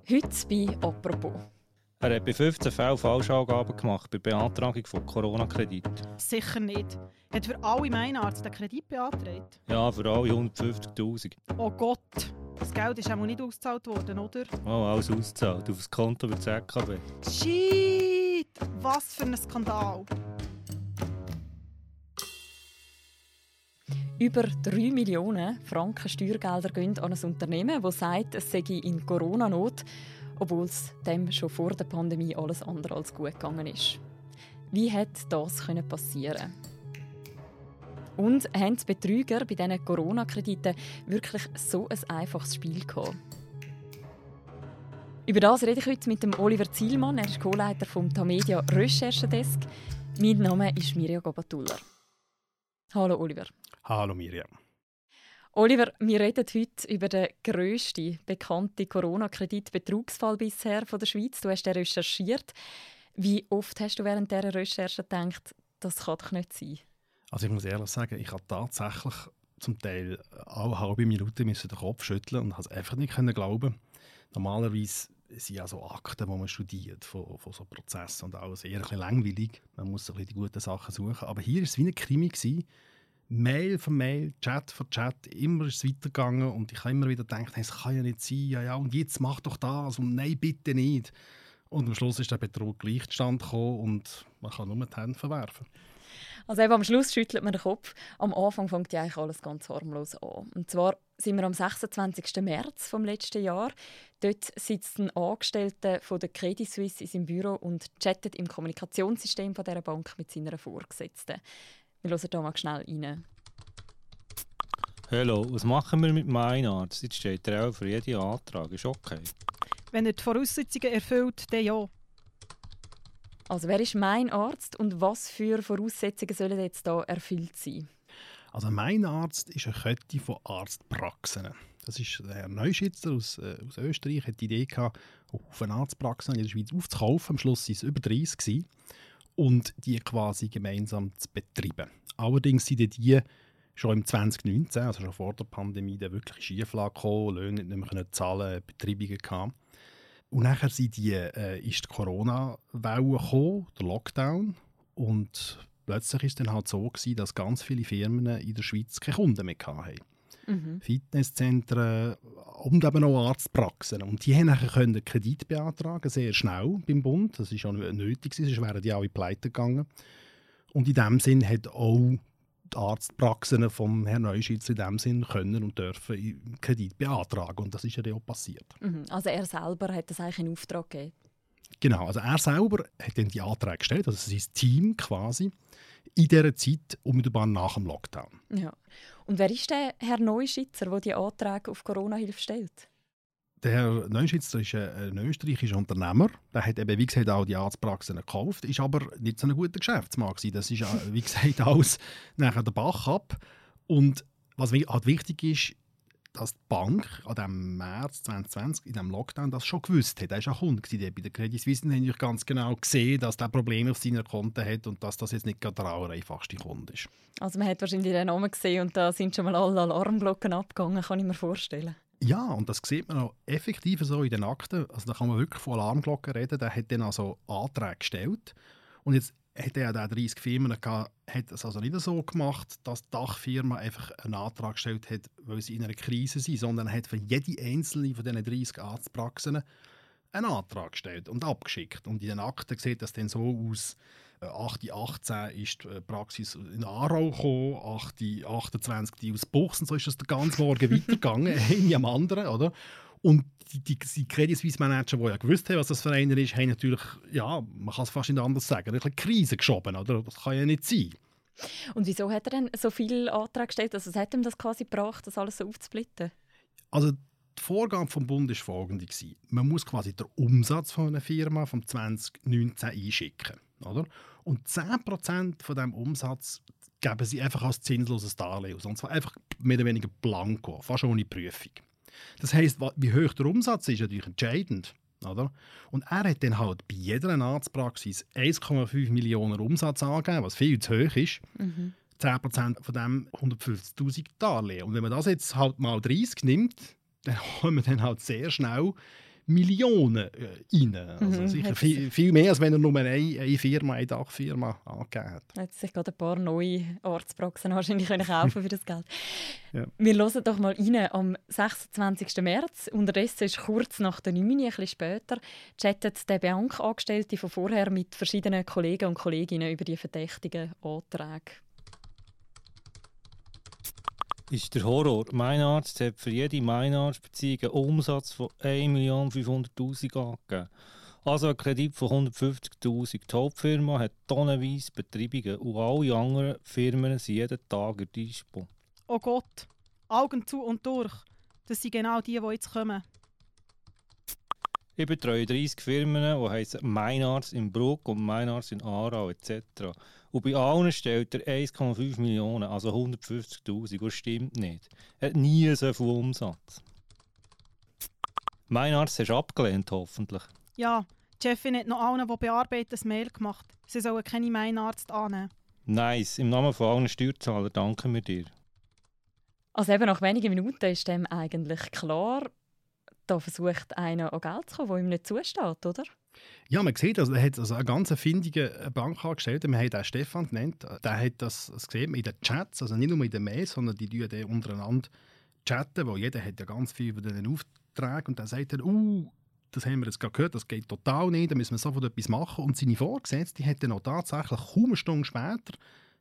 Heute bei «Apropos». Er hat bei 15 Fällen Falschangaben gemacht bei der Beantragung von Corona-Kredit. Sicher nicht. Hat für alle Meinarzt den Kredit beantragt? Ja, für alle 150'000. Oh Gott, das Geld ist auch nicht ausgezahlt worden, oder? Oh, alles ausgezahlt. Auf das Konto über das ZKB. Shit! Was für ein Skandal! Über 3 Millionen Franken Steuergelder gehen an ein Unternehmen, das sagt, es sei in Corona-Not, obwohl es dem schon vor der Pandemie alles andere als gut gegangen ist. Wie hätte das passieren? Und haben die Betrüger bei diesen Corona-Krediten wirklich so ein einfaches Spiel gehabt? Über das rede ich heute mit dem Oliver Zielmann. Er ist Co-Leiter vom Tamedia Recherchedesk. Mein Name ist Mirja Gabatuller. Hallo Oliver. Hallo Mirjam. Oliver, wir reden heute über den grössten bekannten Corona-Kredit-Betrugsfall bisher von der Schweiz. Du hast den recherchiert. Wie oft hast du während dieser Recherche gedacht, das kann doch nicht sein? Also ich muss ehrlich sagen, ich habe tatsächlich zum Teil alle halbe Minute den Kopf schütteln und habe es einfach nicht glauben. Normalerweise sind ja so Akten, die man studiert, von so Prozessen und alles eher ein bisschen langweilig. Man muss so ein bisschen die guten Sachen suchen. Aber hier war es wie ein Krimi gewesen. Mail für Mail, Chat für Chat, immer ist es weitergegangen und ich habe immer wieder gedacht, hey, es kann ja nicht sein, ja, und jetzt mach doch das und nein, bitte nicht. Und am Schluss ist der Betrug gleich zustande gekommen und man kann nur die Hände verwerfen. Also eben am Schluss schüttelt man den Kopf. Am Anfang fängt ja eigentlich alles ganz harmlos an. Und zwar sind wir am 26. März vom letzten Jahr. Dort sitzt ein Angestellter von der Credit Suisse in seinem Büro und chattet im Kommunikationssystem von dieser Bank mit seiner Vorgesetzten. Wir hören hier mal schnell rein. Hallo, was machen wir mit Meinarzt? Jetzt steht er auch für jeden Antrag. Ist okay. Wenn er die Voraussetzungen erfüllt, dann ja. Also wer ist Meinarzt und was für Voraussetzungen sollen jetzt hier erfüllt sein? Also Meinarzt ist eine Kette von Arztpraxen. Das ist der Herr Neuschitzer aus Österreich, hat die Idee gehabt, auf eine Arztpraxen in der Schweiz aufzukaufen. Am Schluss waren es über 30 gewesen. Und die quasi gemeinsam zu betreiben. Allerdings sind die schon im 2019, also schon vor der Pandemie, wirklich Schieflage gekommen, Löhne nicht mehr zahlen, Betreibungen gehabt. Und nachher ist die Corona-Welle gekommen, der Lockdown. Und plötzlich war es dann halt so gewesen, dass ganz viele Firmen in der Schweiz keine Kunden mehr hatten. Fitnesszentren und eben auch Arztpraxen. Und die konnten einen Kredit beantragen, sehr schnell beim Bund. Das war schon nötig, sonst wären die alle pleite gegangen. Und in diesem Sinn hat auch die Arztpraxen vom Herrn Neuschitzer in dem Sinn können und dürfen einen Kredit beantragen. Und das ist ja dann auch passiert. Also er selber hat das eigentlich in Auftrag gegeben? Genau, also er selber hat dann die Anträge gestellt, also sein Team quasi, in dieser Zeit unmittelbar nach dem Lockdown. Ja. Und wer ist der Herr Neuschitzer, der die Anträge auf Corona-Hilfe stellt? Der Herr Neuschitzer ist ein österreichischer Unternehmer. Der hat eben, wie gesagt, auch die Arztpraxen gekauft, ist aber nicht so ein guter Geschäftsmann gewesen. Das ist, wie gesagt, alles nachher der Bach ab. Und was halt wichtig ist, dass die Bank an diesem März 2020, in diesem Lockdown, das schon gewusst hat. Er war auch Kunde bei der Credit Suisse und hat ganz genau gesehen, dass er Probleme auf seiner Konten hat und dass das jetzt nicht gerade der allereinfachste Kunde ist. Also man hat wahrscheinlich den Namen gesehen und da sind schon mal alle Alarmglocken abgegangen, kann ich mir vorstellen. Ja, und das sieht man auch effektiv so in den Akten. Also da kann man wirklich von Alarmglocken reden. Der hat dann also Anträge gestellt. Und jetzt hat er ja 30 Firmen gehabt, hat es also nicht so gemacht, dass die Dachfirma einfach einen Antrag gestellt hat, weil sie in einer Krise sind, sondern er hat für jede einzelne von diesen 30 Arztpraxen einen Antrag gestellt und abgeschickt. Und in den Akten sieht das dann so aus, 8.18 ist die Praxis in Aarau gekommen, 8.28 die aus Buchsen, so ist das den ganzen Morgen weitergegangen, eine am anderen, oder? Und die Credit Suisse Manager, die ja gewusst haben, was das für einer ist, haben natürlich, ja, man kann es fast nicht anders sagen, eine Krise geschoben, oder? Das kann ja nicht sein. Und wieso hat er denn so viele Anträge gestellt? Also, was hat ihm das quasi gebracht, das alles so aufzusplitten? Also, die Vorgabe vom Bund war folgende: Man muss quasi den Umsatz von einer Firma vom 2019 einschicken, oder? Und 10% von diesem Umsatz geben sie einfach als zinsloses Darlehen aus. Und zwar einfach mehr oder weniger blanko, fast ohne Prüfung. Das heisst, wie hoch der Umsatz ist, natürlich entscheidend. Oder? Und er hat dann halt bei jeder Arztpraxis 1,5 Millionen Umsatz angegeben, was viel zu hoch ist. 10% von dem 150'000 Darlehen. Und wenn man das jetzt halt mal 30 nimmt, dann kommen wir dann halt sehr schnell Millionen rein. Also sicher viel mehr, als wenn er nur eine Firma, eine Dachfirma angegeben hat. Er hat sich gerade ein paar neue Arztpraxen wahrscheinlich kaufen für das Geld. Ja. Wir hören doch mal rein am 26. März. Unterdessen ist kurz nach der 9, ein bisschen später, chattet der Bankangestellte von vorher mit verschiedenen Kollegen und Kolleginnen über die verdächtigen Anträge. Ist der Horror. Mein Arzt hat für jede Mein-Arzt-Beziehung einen Umsatz von 1.500.000 angegeben. Also ein Kredit von 150'000. Die Hauptfirma hat tonnenweise Betreibungen und alle anderen Firmen sind jeden Tag in Dispo. Oh Gott, Augen zu und durch. Das sind genau die jetzt kommen. Ich betreue 30 Firmen, die heissen Mein Arzt in Bruck und Mein Arzt in Aarau etc. Und bei allen stellt er 1,5 Millionen, also 150'000. Das stimmt nicht. Er hat nie so viel Umsatz. Mein Arzt hast du abgelehnt, hoffentlich. Ja, die Chefin hat noch allen, die bearbeiten, ein Mail gemacht. Sie sollen keine Meinarzt annehmen. Nice, im Namen von allen Steuerzahlern danken wir dir. Also eben nach wenigen Minuten ist dem eigentlich klar, da versucht einer an Geld zu kommen, das ihm nicht zusteht, oder? Ja, man sieht, also, er hat einen ganz findigen Bankangestellten, wir haben den Stefan genannt, der hat das gesehen in den Chats, also nicht nur in den Mails, sondern die tun untereinander chatten, weil jeder hat ja ganz viel über den Auftrag und dann sagt er, das haben wir jetzt gerade gehört, das geht total nicht, da müssen wir sofort etwas machen. Und seine Vorgesetzte hat dann auch tatsächlich kaum eine Stunde später,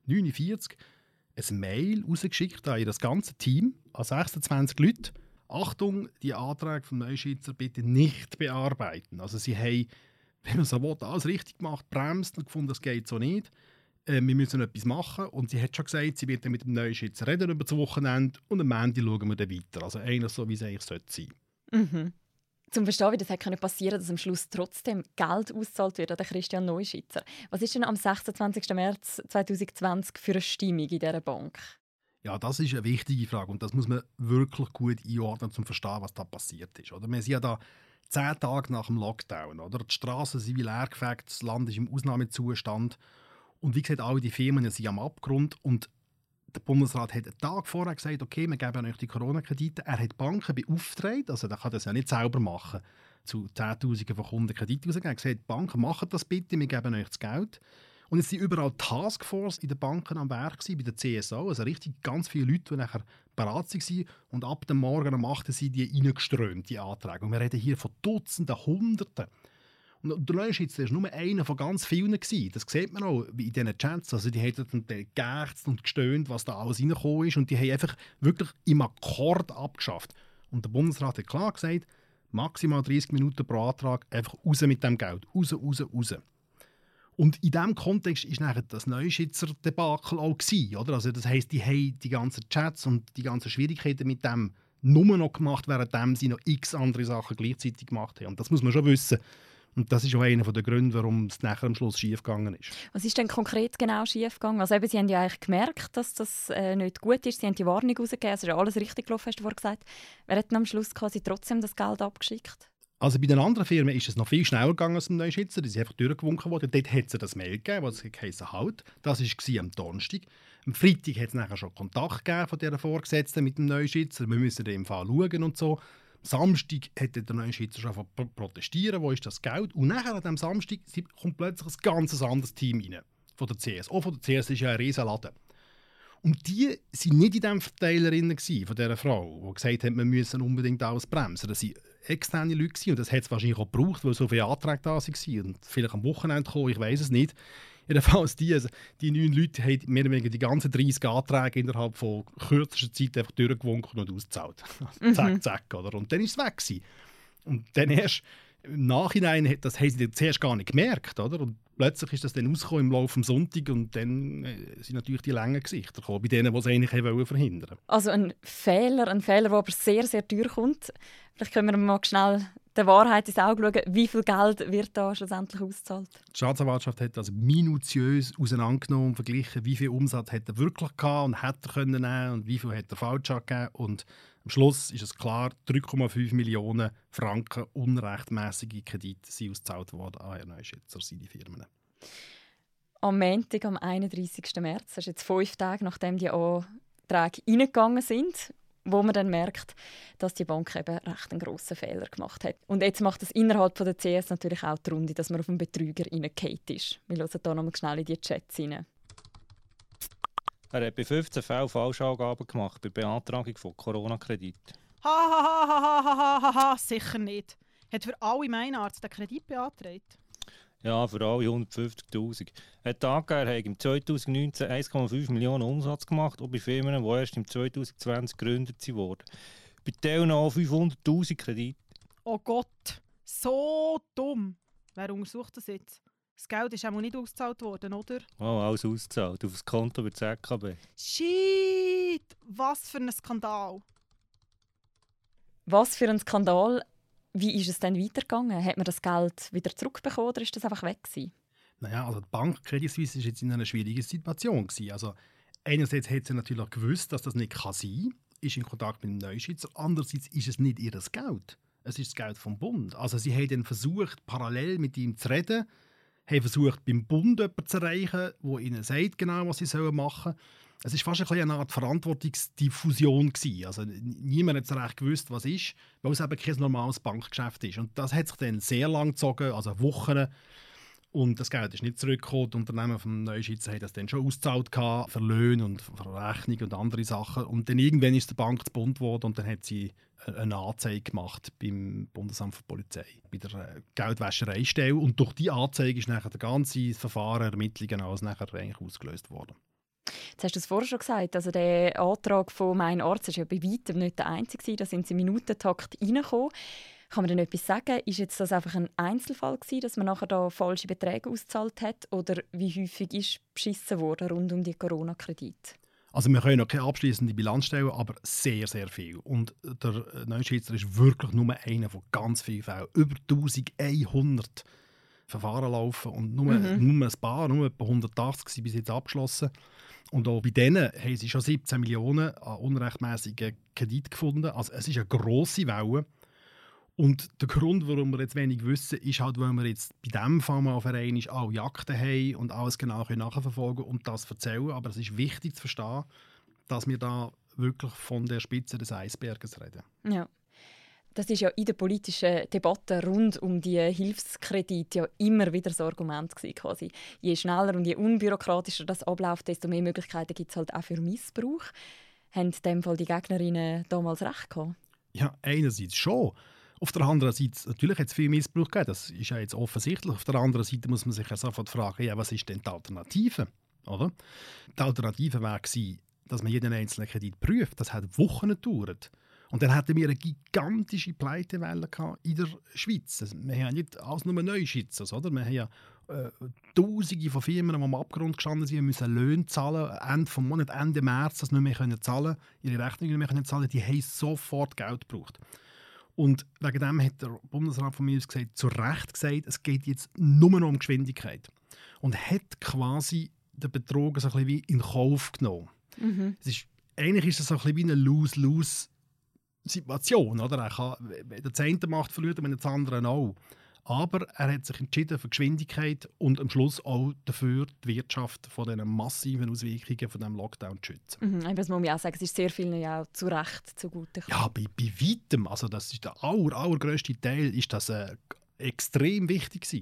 9:40 ein Mail rausgeschickt an ihr ganze Team, an 26 Leute. Achtung, die Anträge vom Neuschitzer bitte nicht bearbeiten. Also sie haben, wenn man so will, alles richtig gemacht, bremst und gefunden, das geht so nicht. Wir müssen etwas machen. Und sie hat schon gesagt, sie wird dann mit dem Neuschitzer reden über das Wochenende und am Montag schauen wir dann weiter. Also eigentlich so, wie es eigentlich sein sollte. Mhm. Zum Verstehen, wie das hätte passieren können, dass am Schluss trotzdem Geld ausgezahlt wird an den Christian Neuschitzer. Was ist denn am 26. März 2020 für eine Stimmung in dieser Bank? Ja, das ist eine wichtige Frage und das muss man wirklich gut einordnen, um zu verstehen, was da passiert ist. Oder? Wir sind ja da 10 Tage nach dem Lockdown. Oder? Die Straßen sind wie leergefegt, das Land ist im Ausnahmezustand. Und wie gesagt, alle die Firmen sind am Abgrund. Und der Bundesrat hat einen Tag vorher gesagt, okay, wir geben euch die Corona-Kredite. Er hat die Banken beauftragt, also er kann das ja nicht selber machen, zu Zehntausenden von Kunden Kredite rausgeben. Er hat gesagt, Banken, macht das bitte, wir geben euch das Geld. Und jetzt sind überall Taskforce in den Banken am Werk gewesen, bei der CSO, also richtig ganz viele Leute, die nachher bereit waren. Und ab dem Morgen um 8 Uhr sind die reingeströmt, die Anträge. Und wir reden hier von Dutzenden, Hunderten. Und der Neuschitzer war nur einer von ganz vielen. Das sieht man auch in diesen Chats. Also die haben dann geächzt und gestöhnt, was da alles reingekommen ist. Und die haben einfach wirklich im Akkord abgeschafft. Und der Bundesrat hat klar gesagt, maximal 30 Minuten pro Antrag, einfach raus mit dem Geld. Raus, raus, raus. Und in diesem Kontext war nachher das Neuschitzer-Debakel auch gewesen, oder? Also das heisst, die haben die ganzen Chats und die ganzen Schwierigkeiten mit dem nur noch gemacht, während sie noch x andere Sachen gleichzeitig gemacht haben. Und das muss man schon wissen. Und das ist auch einer der Gründe, warum es nachher am Schluss schiefgegangen ist. Was ist denn konkret genau schiefgegangen? Also eben, Sie haben ja eigentlich gemerkt, dass das nicht gut ist. Sie haben die Warnung rausgegeben. Es ist ja alles richtig gelaufen, hast du vorhin gesagt. Wer hat am Schluss quasi trotzdem das Geld abgeschickt? Also bei den anderen Firmen ist es noch viel schneller gegangen als beim Neuschitzer. Die sind einfach durchgewunken worden. Dort hat es das Mail gegeben, was heisst halt. Das war am Donnerstag. Am Freitag hat es nachher schon Kontakt gegeben von dieser Vorgesetzten mit dem Neuschitzer. Wir müssen in dem Fall schauen und so. Am Samstag hätte der Neuschitzer schon protestieren, wo ist das Geld? Und nachher an diesem Samstag kommt plötzlich ein ganz anderes Team rein. Von der CS. Auch von der CS ist ja ein riesen Laden. Und die waren nicht in diesem Verteiler von dieser Frau, die gesagt hat, wir müssen unbedingt alles bremsen. Das waren externe Leute und das hat es wahrscheinlich auch gebraucht, weil so viele Anträge da waren und vielleicht am Wochenende kommen, ich weiß es nicht. Jedenfalls die 9 Leute haben mehr oder weniger die ganzen 30 Anträge innerhalb von kürzester Zeit einfach durchgewunken und ausgezahlt. Zack, zack. Oder? Und dann war es weg gewesen. Und dann erst im Nachhinein, das haben sie zuerst gar nicht gemerkt. Oder? Und plötzlich ist das dann rausgekommen im Laufe des Sonntags und dann sind natürlich die langen Gesichter gekommen, bei denen, die es eigentlich verhindern wollten. Also ein Fehler, der aber sehr, sehr teuer kommt. Vielleicht können wir mal schnell der Wahrheit ins Auge schauen. Wie viel Geld wird da schlussendlich ausgezahlt? Die Staatsanwaltschaft hat also minutiös auseinandergenommen und verglichen, wie viel Umsatz hat er wirklich gehabt und hätte er können nehmen und wie viel hat er falsch gegeben. Und am Schluss ist es klar, 3,5 Millionen Franken unrechtmäßige Kredite sind ausgezahlt worden an Herrn Neuschitzer, seine Firmen. Am Montag, am 31. März, das ist jetzt 5 Tage, nachdem die Anträge reingegangen sind, wo man dann merkt, dass die Bank eben recht einen grossen Fehler gemacht hat. Und jetzt macht es innerhalb von der CS natürlich auch die Runde, dass man auf einen Betrüger reingefallen ist. Wir hören hier nochmal schnell in die Chats rein. Er hat bei 15 Fällen Falschangaben gemacht bei Beantragung von Corona-Kredit. Ha, sicher nicht. Hat für alle Meinarzt den Kredit beantragt? Ja, für alle 150'000. Er hat angegeben, er habe im 2019 1,5 Millionen Umsatz gemacht und bei Firmen, die erst im 2020 gegründet wurden. Bei Teilnahme 500'000 Kredit. Oh Gott, so dumm. Wer untersucht das jetzt? Das Geld ist auch nicht ausgezahlt worden, oder? Oh, alles ausgezahlt. Auf das Konto wird das ZKB. Shit! Was für ein Skandal. Was für ein Skandal. Wie ist es denn weitergegangen? Hat man das Geld wieder zurückbekommen oder ist das einfach weg gewesen? Naja, also die Bank Credit Suisse war jetzt in einer schwierigen Situation gewesen. Also einerseits hat sie natürlich auch gewusst, dass das nicht sein kann, ist in Kontakt mit dem Neuschützer. Andererseits ist es nicht ihr Geld. Es ist das Geld vom Bund. Also sie haben dann versucht, parallel mit ihm zu reden, haben versucht, beim Bund jemanden zu erreichen, der ihnen sagt, genau, was sie machen sollen. Es war fast eine Art Verantwortungsdiffusion gewesen. Also niemand hat so recht gewusst, was ist, weil es eben kein normales Bankgeschäft ist. Und das hat sich dann sehr lang gezogen, also Wochen. Und das Geld ist nicht zurückgekommen. Die Unternehmen vom Neuschützer haben das dann schon ausgezahlt für Löhne und für Rechnung und andere Sachen. Und dann irgendwann ist die Bank zu Bund geworden und dann hat sie eine Anzeige gemacht beim Bundesamt für Polizei, bei der Geldwäschereistelle. Und durch diese Anzeige ist nachher das ganze Verfahren, Ermittlungen, alles nachher eigentlich ausgelöst worden. Jetzt hast du es vorher schon gesagt, also der Antrag von «Mein Arzt» war ja bei weitem nicht der einzige, da sind sie im Minutentakt reingekommen. Kann man denn etwas sagen? Ist jetzt das einfach ein Einzelfall gewesen, dass man nachher da falsche Beträge ausgezahlt hat? Oder wie häufig ist beschissen worden rund um die Corona-Kredite? Also wir können noch keine abschließende Bilanz stellen, aber sehr, sehr viel. Und der Neuschützer ist wirklich nur einer von ganz vielen Fällen. Über 1100 Verfahren laufen und nur ein paar, nur etwa 180 sind bis jetzt abgeschlossen. Und auch bei denen haben sie schon 17 Millionen an unrechtmäßigen Krediten gefunden. Also es ist eine grosse Welle. Und der Grund, warum wir jetzt wenig wissen, ist halt, weil wir jetzt bei diesem Fall mal auf einmal alle Akten haben und alles genau nachverfolgen und das erzählen. Aber es ist wichtig zu verstehen, dass wir da wirklich von der Spitze des Eisberges reden. Ja. Das ist ja in der politischen Debatte rund um die Hilfskredite ja immer wieder das Argument gewesen, quasi. Je schneller und je unbürokratischer das abläuft, desto mehr Möglichkeiten gibt es halt auch für Missbrauch. Haben in dem Fall die Gegnerinnen damals recht gehabt? Ja, einerseits schon. Auf der anderen Seite, natürlich hat es viel Missbrauch gegeben, das ist ja jetzt offensichtlich. Auf der anderen Seite muss man sich ja sofort fragen, ja, was ist denn die Alternative? Oder? Die Alternative wäre gewesen, dass man jeden einzelnen Kredit prüft. Das hat Wochen gedauert. Und dann hatten wir eine gigantische Pleitewelle in der Schweiz. Also, wir haben ja nicht alles nur Neuschützer, oder? Wir haben ja Tausende von Firmen, die am Abgrund gestanden sind, müssen Löhne zahlen, Ende des Monats, Ende März, das nicht mehr zahlen, ihre Rechnungen nicht mehr zahlen, die haben sofort Geld gebraucht. Und wegen dem hat der Bundesrat von mir aus gesagt, zu Recht gesagt, es geht jetzt nur noch um Geschwindigkeit. Und hat quasi den Betrug so ein bisschen wie in Kauf genommen. Eigentlich ist es so ein bisschen wie eine Lose-Lose-Situation. Oder? Er kann, wenn der eine macht, verliert man den anderen auch. Aber er hat sich entschieden für Geschwindigkeit und am Schluss auch dafür, die Wirtschaft von diesen massiven Auswirkungen von diesem Lockdown zu schützen. Das muss man auch sagen, es ist sehr vielen ja auch zu Recht zugute gekommen. Ja, bei weitem. Also das ist der allergrösste Teil, ist das extrem wichtig gewesen.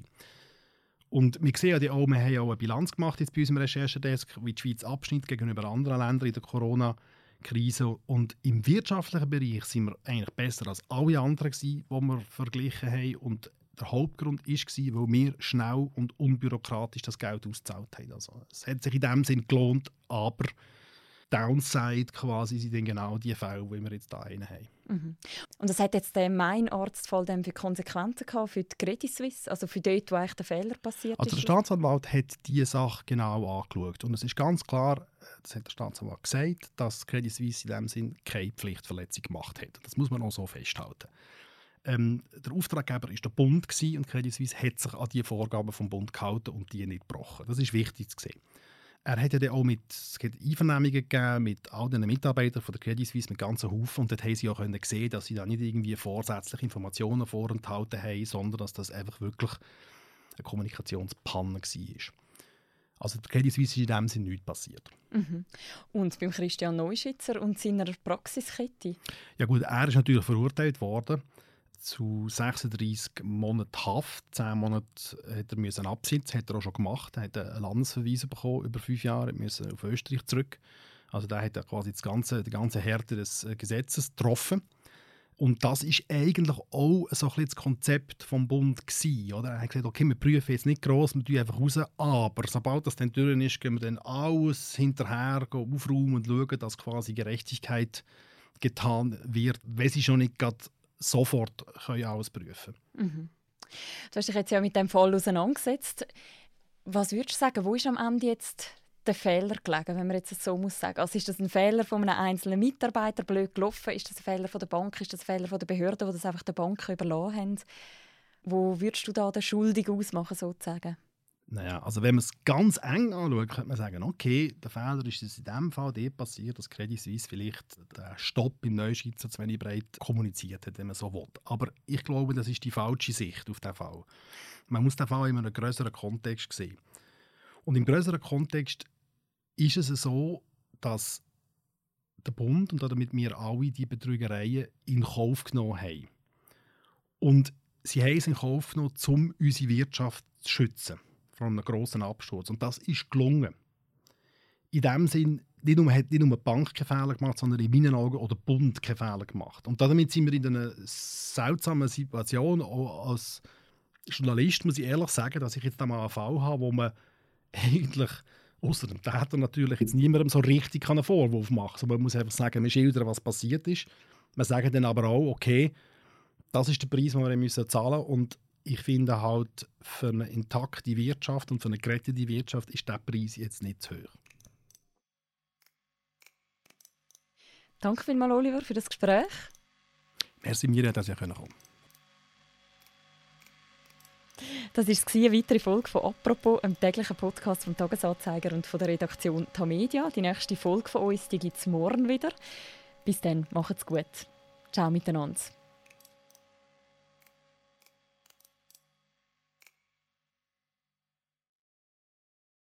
Und wir sehen ja auch, wir haben ja auch eine Bilanz gemacht jetzt bei unserem Recherchedesk, wie die Schweiz abschneidet gegenüber anderen Ländern in der Corona-Krise. Und im wirtschaftlichen Bereich sind wir eigentlich besser als alle anderen gewesen, die wir verglichen haben. Und der Hauptgrund war, weil wir schnell und unbürokratisch das Geld ausgezahlt haben. Also, es hat sich in dem Sinn gelohnt, aber Downside quasi sind dann genau die Fälle, die wir jetzt hier einen haben. Und das hat jetzt der «Mein Arzt»-Fall dann für Konsequenzen gehabt für die Credit Suisse, also für dort, wo eigentlich der Fehler passiert ist? Also der Staatsanwalt hat diese Sache genau angeschaut. Und es ist ganz klar, das hat der Staatsanwalt gesagt, dass Credit Suisse in dem Sinn keine Pflichtverletzung gemacht hat. Das muss man auch so festhalten. Der Auftraggeber war der Bund und Credit Suisse hat sich an die Vorgaben vom Bund gehalten und die nicht gebrochen. Das ist wichtig zu sehen. Er hat ja dann auch es hat Einvernehmungen gegeben mit all den Mitarbeitern von der Credit Suisse, mit ganzen Haufen. Und dort haben sie auch gesehen, dass sie da nicht irgendwie vorsätzliche Informationen vorenthalten haben, sondern dass das einfach wirklich eine Kommunikationspanne war. Also der Credit Suisse ist in dem Sinne nichts passiert. Mhm. Und beim Christian Neuschitzer und seiner Praxiskette? Ja gut, er ist natürlich verurteilt worden zu 36 Monaten Haft. 10 Monate hat er müssen absitzen, hat er auch schon gemacht. Er hat einen Landesverweis bekommen über 5 Jahre, musste auf Österreich zurück. Also da hat er quasi die ganze Härte des Gesetzes getroffen. Und das ist eigentlich auch so ein bisschen das Konzept vom Bund gewesen, oder? Er hat gesagt, okay, wir prüfen jetzt nicht gross, wir tun einfach raus, aber sobald das dann durch ist, gehen wir dann alles hinterher aufräumen und schauen, dass quasi Gerechtigkeit getan wird, wenn sie schon nicht gerade sofort alles prüfen können. Mhm. Du hast dich jetzt ja mit dem Fall auseinandergesetzt. Was würdest du sagen, wo ist am Ende jetzt der Fehler gelegen, wenn man jetzt so muss sagen? Also ist das ein Fehler von einem einzelnen Mitarbeiter blöd gelaufen? Ist das ein Fehler von der Bank? Ist das ein Fehler von der Behörden, die das einfach der Bank überlassen haben? Wo würdest du da den Schuldigen ausmachen, sozusagen? Naja, also wenn man es ganz eng anschaut, könnte man sagen, okay, der Fehler ist in diesem Fall passiert, dass Credit Suisse vielleicht den Stopp im Neuschweizer zu wenig breit kommuniziert hat, wenn man so will. Aber ich glaube, das ist die falsche Sicht auf diesen Fall. Man muss den Fall in einem größeren Kontext sehen. Und im größeren Kontext ist es so, dass der Bund und damit wir alle die Betrügereien in Kauf genommen haben. Und sie haben es in Kauf genommen, um unsere Wirtschaft zu schützen von einem grossen Absturz. Und das ist gelungen. In dem Sinn, nicht nur die Bank keinen Fehler gemacht, sondern in meinen Augen auch der Bund keinen Fehler gemacht. Und damit sind wir in einer seltsamen Situation. Auch als Journalist muss ich ehrlich sagen, dass ich jetzt einmal einen Fall habe, wo man eigentlich, außer dem Täter natürlich, jetzt niemandem so richtig einen Vorwurf machen kann. Also man muss einfach sagen, wir schildern, was passiert ist. Wir sagen dann aber auch, okay, das ist der Preis, den wir zahlen müssen. Und ich finde halt, für eine intakte Wirtschaft und für eine gerettete Wirtschaft ist der Preis jetzt nicht zu hoch. Danke vielmals, Oliver, für das Gespräch. Merci mir, dass ich kommen konnte. Das war eine weitere Folge von «Apropos», einem täglichen Podcast vom «Tagesanzeiger» und von der Redaktion Tamedia. Die nächste Folge von uns gibt es morgen wieder. Bis dann, macht's gut. Ciao miteinander.